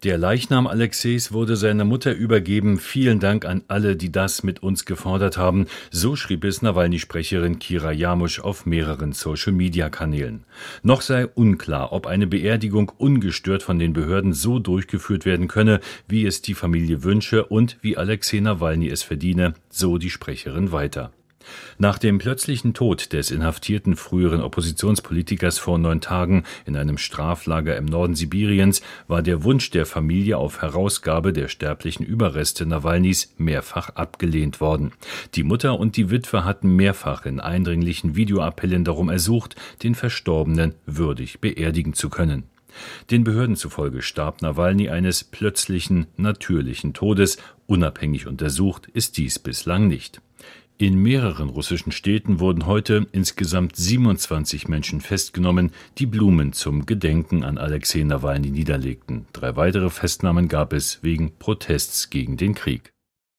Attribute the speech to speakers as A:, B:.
A: Der Leichnam Alexejs wurde seiner Mutter übergeben. Vielen Dank an alle, die das mit uns gefordert haben. So schrieb es Nawalny-Sprecherin Kira Jarmusch auf mehreren Social-Media-Kanälen. Noch sei unklar, ob eine Beerdigung ungestört von den Behörden so durchgeführt werden könne, wie es die Familie wünsche und wie Alexej Nawalny es verdiene, so die Sprecherin weiter. Nach dem plötzlichen Tod des inhaftierten früheren Oppositionspolitikers vor 9 Tagen in einem Straflager im Norden Sibiriens war der Wunsch der Familie auf Herausgabe der sterblichen Überreste Nawalnys mehrfach abgelehnt worden. Die Mutter und die Witwe hatten mehrfach in eindringlichen Videoappellen darum ersucht, den Verstorbenen würdig beerdigen zu können. Den Behörden zufolge starb Nawalny eines plötzlichen, natürlichen Todes. Unabhängig untersucht ist dies bislang nicht. In mehreren russischen Städten wurden heute insgesamt 27 Menschen festgenommen, die Blumen zum Gedenken an Alexej Nawalny niederlegten. 3 weitere Festnahmen gab es wegen Protests gegen den Krieg.